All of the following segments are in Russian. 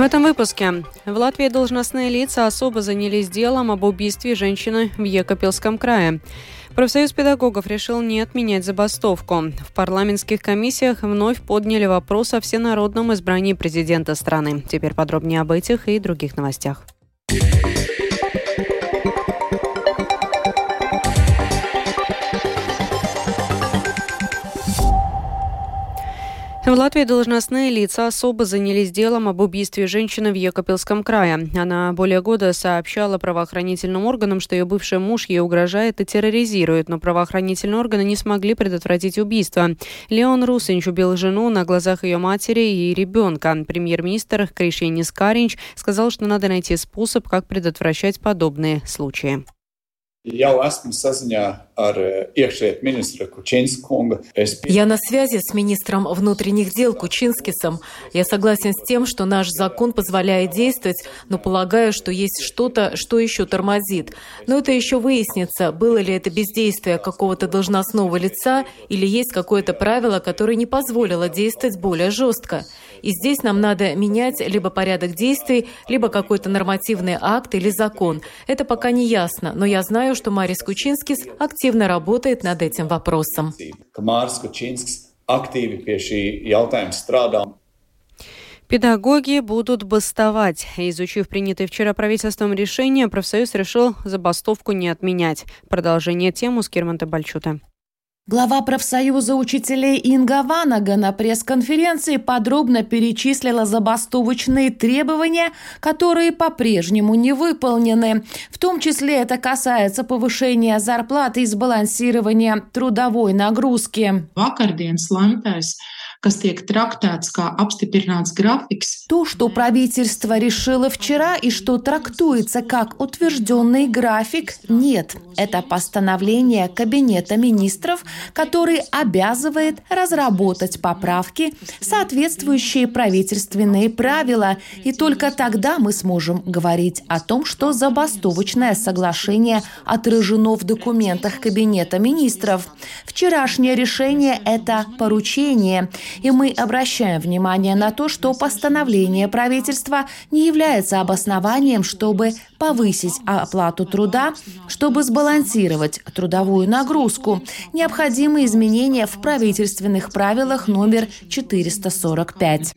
В этом выпуске. В Латвии должностные лица особо занялись делом об убийстве женщины в Екапельском крае. Профсоюз педагогов решил не отменять забастовку. В парламентских комиссиях вновь подняли вопрос о всенародном избрании президента страны. Теперь подробнее об этих и других новостях. В Латвии должностные лица особо занялись делом об убийстве женщины в Екапельском крае. Она более года сообщала правоохранительным органам, что ее бывший муж ей угрожает и терроризирует, но правоохранительные органы не смогли предотвратить убийство. Леон Русинч убил жену на глазах ее матери и ребенка. Премьер-министр Кришьянис Каринч сказал, что надо найти способ, как предотвращать подобные случаи. Я на связи с министром внутренних дел Кучинскисом. Я согласен с тем, что наш закон позволяет действовать, но полагаю, что есть что-то, что еще тормозит. Но это еще выяснится, было ли это бездействие какого-то должностного лица или есть какое-то правило, которое не позволило действовать более жестко. И здесь нам надо менять либо порядок действий, либо какой-то нормативный акт или закон. Это пока не ясно, но я знаю, что Марис Кучинскис активно работает над этим вопросом. Педагоги будут бастовать. Изучив принятое вчера правительством решение, профсоюз решил забастовку не отменять. Продолжение темы с Кирманта Бальчута. Глава профсоюза учителей Инга Ванага на пресс-конференции подробно перечислила забастовочные требования, которые по-прежнему не выполнены. В том числе это касается повышения зарплаты и сбалансирования трудовой нагрузки. То, что правительство решило вчера и что трактуется как утвержденный график, нет. Это постановление Кабинета министров, который обязывает разработать поправки, соответствующие правительственные правила, и только тогда мы сможем говорить о том, что забастовочное соглашение отражено в документах Кабинета министров. Вчерашнее решение – это поручение. И мы обращаем внимание на то, что постановление правительства не является обоснованием, чтобы повысить оплату труда, чтобы сбалансировать трудовую нагрузку. Необходимы изменения в правительственных правилах номер 445.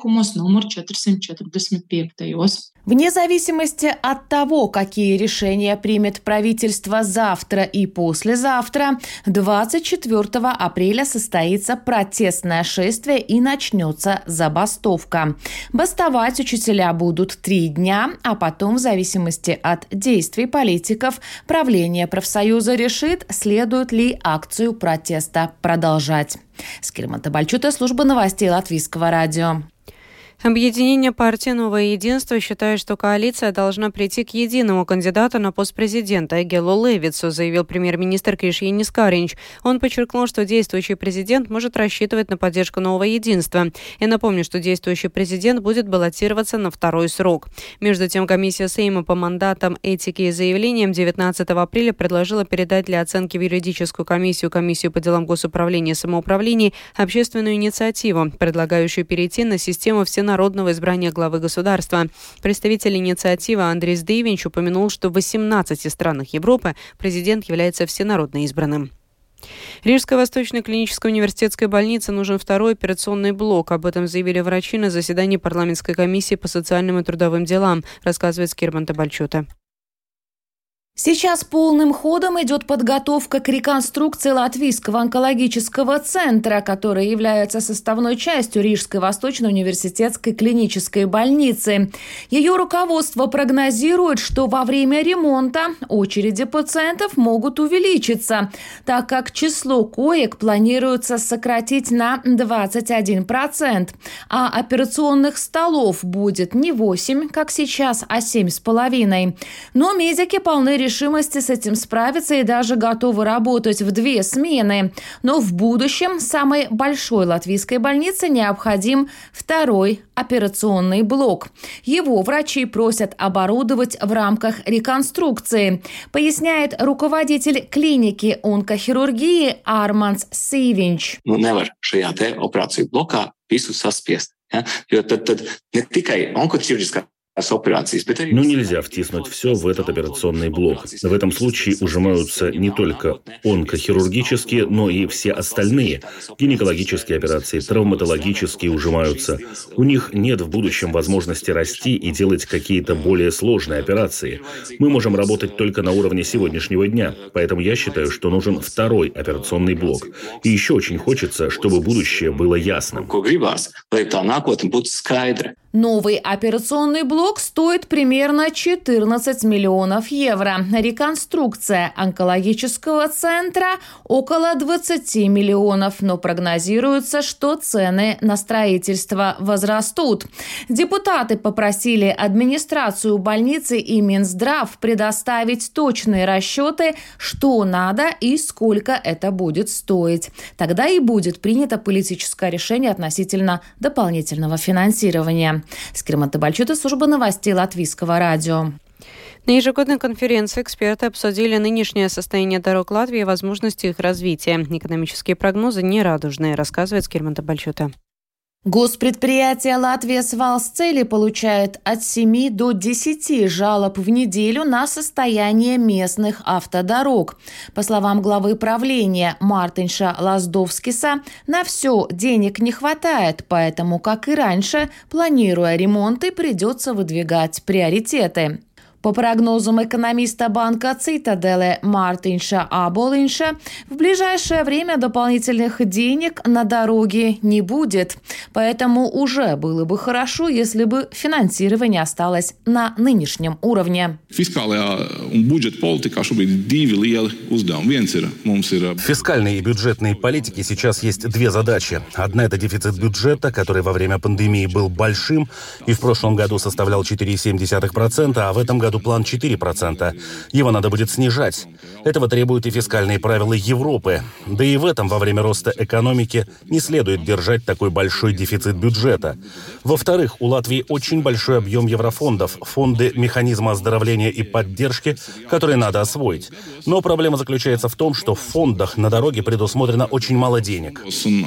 Вне зависимости от того, какие решения примет правительство завтра и послезавтра, 24 апреля состоится протестное шествие и начнется забастовка. Бастовать учителя будут 3 дня, а потом, в зависимости от действий политиков, правление профсоюза решит, следует ли акцию протеста продолжать. С Кирманта Бальчута, служба новостей Латвийского радио. Объединение партии «Новое единство» считает, что коалиция должна прийти к единому кандидату на пост президента Эгилу Левицу, заявил премьер-министр Кришьянис Каринч. Он подчеркнул, что действующий президент может рассчитывать на поддержку «Нового единства». И напомню, что действующий президент будет баллотироваться на 2-й срок. Между тем, комиссия Сейма по мандатам, этике и заявлениям 19 апреля предложила передать для оценки в юридическую комиссию по делам госуправления и самоуправления общественную инициативу, предлагающую перейти на систему всенародного избрания главы государства. Представитель инициативы Андрис Дивинч упомянул, что в 18 странах Европы президент является всенародно избранным. Рижской Восточной клинической университетской больнице нужен 2-й операционный блок. Об этом заявили врачи на заседании парламентской комиссии по социальным и трудовым делам, рассказывает Кирманта Бальчута. Сейчас полным ходом идет подготовка к реконструкции Латвийского онкологического центра, который является составной частью Рижской Восточной университетской клинической больницы. Ее руководство прогнозирует, что во время ремонта очереди пациентов могут увеличиться, так как число коек планируется сократить на 21%, а операционных столов будет не 8, как сейчас, а 7,5. Но медики полны решимости с этим справиться и даже готовы работать в 2 смены. Но в будущем самой большой латвийской больнице необходим 2-й операционный блок. Его врачи просят оборудовать в рамках реконструкции, поясняет руководитель клиники онкохирургии Арманс Сīviņš. Nevar šajā te operāciju blokā visu saspiest. Но нельзя втиснуть все в этот операционный блок. В этом случае ужимаются не только онкохирургические, но и все остальные. Гинекологические операции, травматологические ужимаются. У них нет в будущем возможности расти и делать какие-то более сложные операции. Мы можем работать только на уровне сегодняшнего дня. Поэтому я считаю, что нужен второй операционный блок. И еще очень хочется, чтобы будущее было ясным. Новый операционный блок стоит примерно 14 миллионов евро. Реконструкция онкологического центра – около 20 миллионов, но прогнозируется, что цены на строительство возрастут. Депутаты попросили администрацию больницы и Минздрав предоставить точные расчеты, что надо и сколько это будет стоить. Тогда и будет принято политическое решение относительно дополнительного финансирования. Скирманта Бальчута, служба новостей Латвийского радио. На ежегодной конференции эксперты обсудили нынешнее состояние дорог Латвии и возможности их развития. Экономические прогнозы нерадужные, рассказывает Скирманта Бальчута. Госпредприятие «Латвия Свалсцели» получает от 7 до 10 жалоб в неделю на состояние местных автодорог. По словам главы правления Мартинша Лаздовскиса, на все денег не хватает, поэтому, как и раньше, планируя ремонты, придется выдвигать приоритеты. По прогнозам экономиста банка «Цитаделе» Мартинша Аболинша, в ближайшее время дополнительных денег на дороги не будет. Поэтому уже было бы хорошо, если бы финансирование осталось на нынешнем уровне. В фискальной и бюджетной политике сейчас есть две задачи. Одна – это дефицит бюджета, который во время пандемии был большим и в прошлом году составлял 4,7%, а в этом году план 4%. Его надо будет снижать. Этого требуют и фискальные правила Европы. Да и в этом во время роста экономики не следует держать такой большой дефицит бюджета. Во-вторых, у Латвии очень большой объем еврофондов, фонды механизма оздоровления и поддержки, которые надо освоить. Но проблема заключается в том, что в фондах на дороге предусмотрено очень мало денег.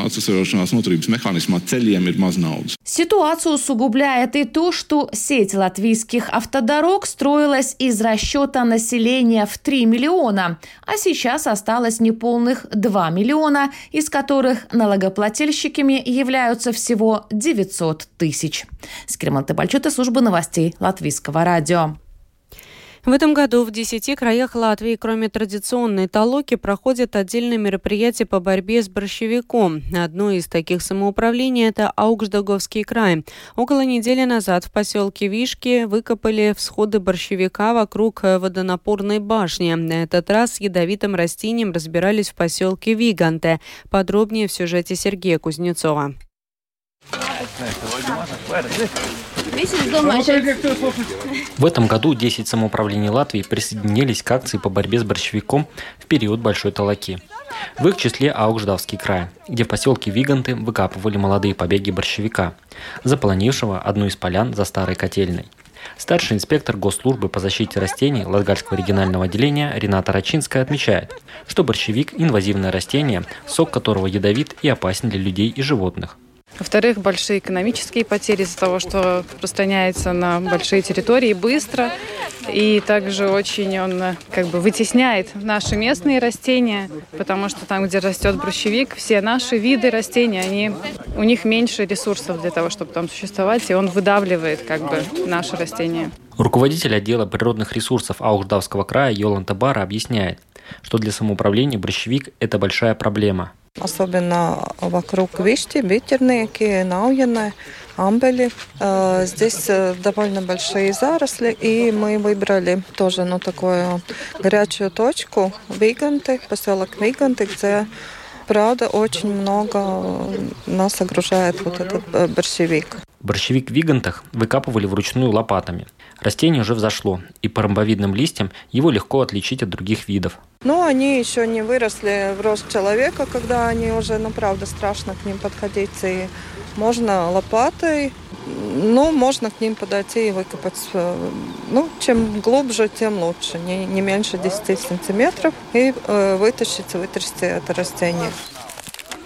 Ситуацию усугубляет и то, что сеть латвийских автодорог строилась из расчета населения в 3 миллиона, а сейчас осталось неполных 2 миллиона, из которых налогоплательщиками являются всего 900 тысяч. Скирманта Бальчута, служба новостей Латвийского радио. В этом году в 10 краях Латвии, кроме традиционной толоки, проходят отдельные мероприятия по борьбе с борщевиком. Одно из таких самоуправлений – это Аугждаговский край. Около недели назад в поселке Вишки выкопали всходы борщевика вокруг водонапорной башни. На этот раз с ядовитым растением разбирались в поселке Виганте. Подробнее в сюжете Сергея Кузнецова. В этом году 10 самоуправлений Латвии присоединились к акции по борьбе с борщевиком в период большой толоки. В их числе Аугждавский край, где в поселке Виганты выкапывали молодые побеги борщевика, заполонившего одну из полян за старой котельной. Старший инспектор Госслужбы по защите растений Латгальского регионального отделения Рената Рачинская отмечает, что борщевик – инвазивное растение, сок которого ядовит и опасен для людей и животных. Во-вторых, большие экономические потери из-за того, что распространяется на большие территории быстро. И также очень он вытесняет наши местные растения, потому что там, где растет борщевик, все наши виды растений, у них меньше ресурсов для того, чтобы там существовать, и он выдавливает наши растения. Руководитель отдела природных ресурсов Аугждавского края Йоланта Бара объясняет, что для самоуправления борщевик – это большая проблема. Особенно вокруг Вишти, Битерники, Науяны, Амбели. Здесь довольно большие заросли, и мы выбрали тоже такую горячую точку Виганты, поселок Виганты, где, правда, очень много нас окружает этот борщевик. Борщевик в Вигантах выкапывали вручную лопатами. Растение уже взошло, и по ромбовидным листьям его легко отличить от других видов. Но они еще не выросли в рост человека, когда они уже, правда, страшно к ним подходить. И можно лопатой, можно к ним подойти и выкопать. Чем глубже, тем лучше. Не меньше 10 сантиметров. И вытрясти это растение.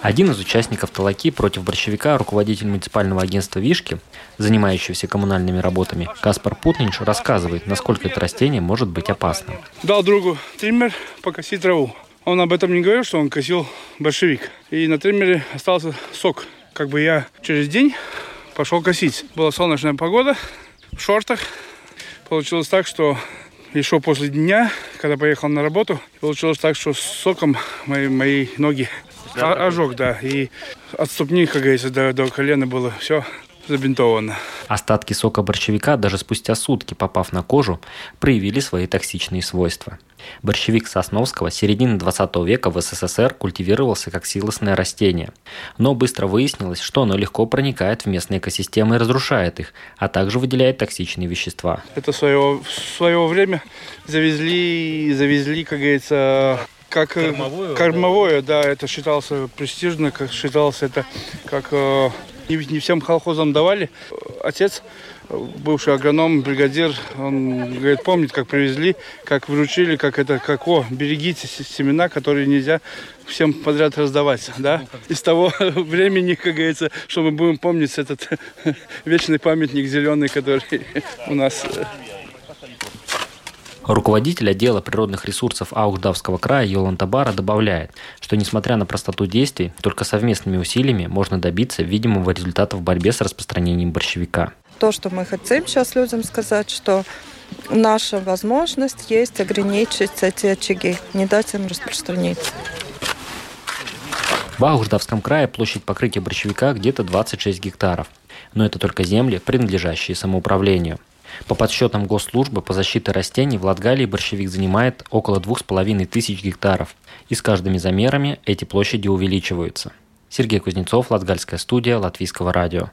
Один из участников толоки против борщевика, руководитель муниципального агентства «Вишки», занимающегося коммунальными работами, Каспар Путнинш, рассказывает, насколько это растение может быть опасным. Дал другу триммер покосить траву. Он об этом не говорил, что он косил борщевик. И на триммере остался сок. Я через день пошел косить. Была солнечная погода, в шортах. Получилось так, что еще после дня, когда поехал на работу, получилось так, что с соком мои ноги ожог, да. И от ступни, как говорится, до колена было все забинтовано. Остатки сока борщевика, даже спустя сутки попав на кожу, проявили свои токсичные свойства. Борщевик Сосновского с середины 20 века в СССР культивировался как силосное растение. Но быстро выяснилось, что оно легко проникает в местные экосистемы и разрушает их, а также выделяет токсичные вещества. Это в свое время завезли, как говорится, как кормовое, да, это считалось престижно, считалось это как не всем колхозам давали. Отец, бывший агроном, бригадир, он говорит, помнит, как привезли, как вручили, берегите семена, которые нельзя всем подряд раздавать, да. Из того времени, как говорится, что мы будем помнить этот вечный памятник зеленый, который у нас. Руководитель отдела природных ресурсов Аугждавского края Йоланта Бара добавляет, что несмотря на простоту действий, только совместными усилиями можно добиться видимого результата в борьбе с распространением борщевика. То, что мы хотим сейчас людям сказать, что наша возможность есть ограничить эти очаги, не дать им распространиться. В Аугждавском крае площадь покрытия борщевика где-то 26 гектаров. Но это только земли, принадлежащие самоуправлению. По подсчетам Госслужбы по защите растений в Латгалии борщевик занимает около 2500 гектаров. И с каждыми замерами эти площади увеличиваются. Сергей Кузнецов, Латгальская студия, Латвийского радио.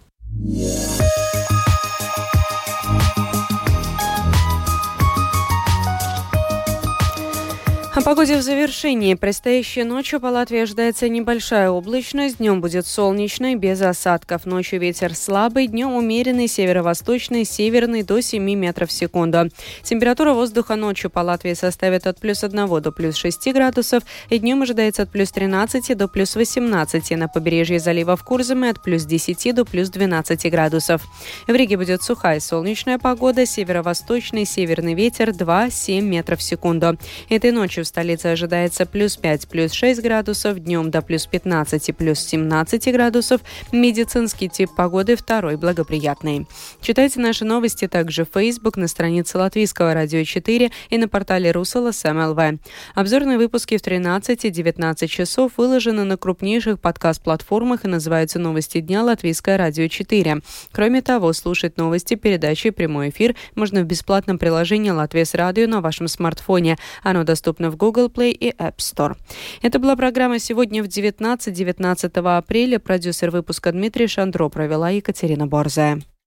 О погоде в завершении. Предстоящей ночью по Латвии ожидается небольшая облачность. Днем будет солнечно и без осадков. Ночью ветер слабый, днем умеренный, северо-восточный, северный до 7 метров в секунду. Температура воздуха ночью по Латвии составит от +1 до +6 градусов. И днем ожидается от +13 до +18. На побережье залива в Курзаме от +10 до +12 градусов. В Риге будет сухая солнечная погода, северо-восточный, северный ветер 2-7 метров в секунду. Этой ночью в столице ожидается +5, +6 градусов, днем до +15, +17 градусов. Медицинский тип погоды второй, благоприятный. Читайте наши новости также в Facebook, на странице Латвийского радио 4 и на портале Russell СМЛВ. Обзорные выпуски в 13 и 19 часов выложены на крупнейших подкаст-платформах и называются «Новости дня» Латвийское радио 4. Кроме того, слушать новости, передачи и прямой эфир можно в бесплатном приложении «Латвийс радио» на вашем смартфоне. Оно доступно в Google Play и App Store. Это была программа «Сегодня в 19 апреля». Продюсер выпуска Дмитрий Шандро, провела Екатерина Борзая.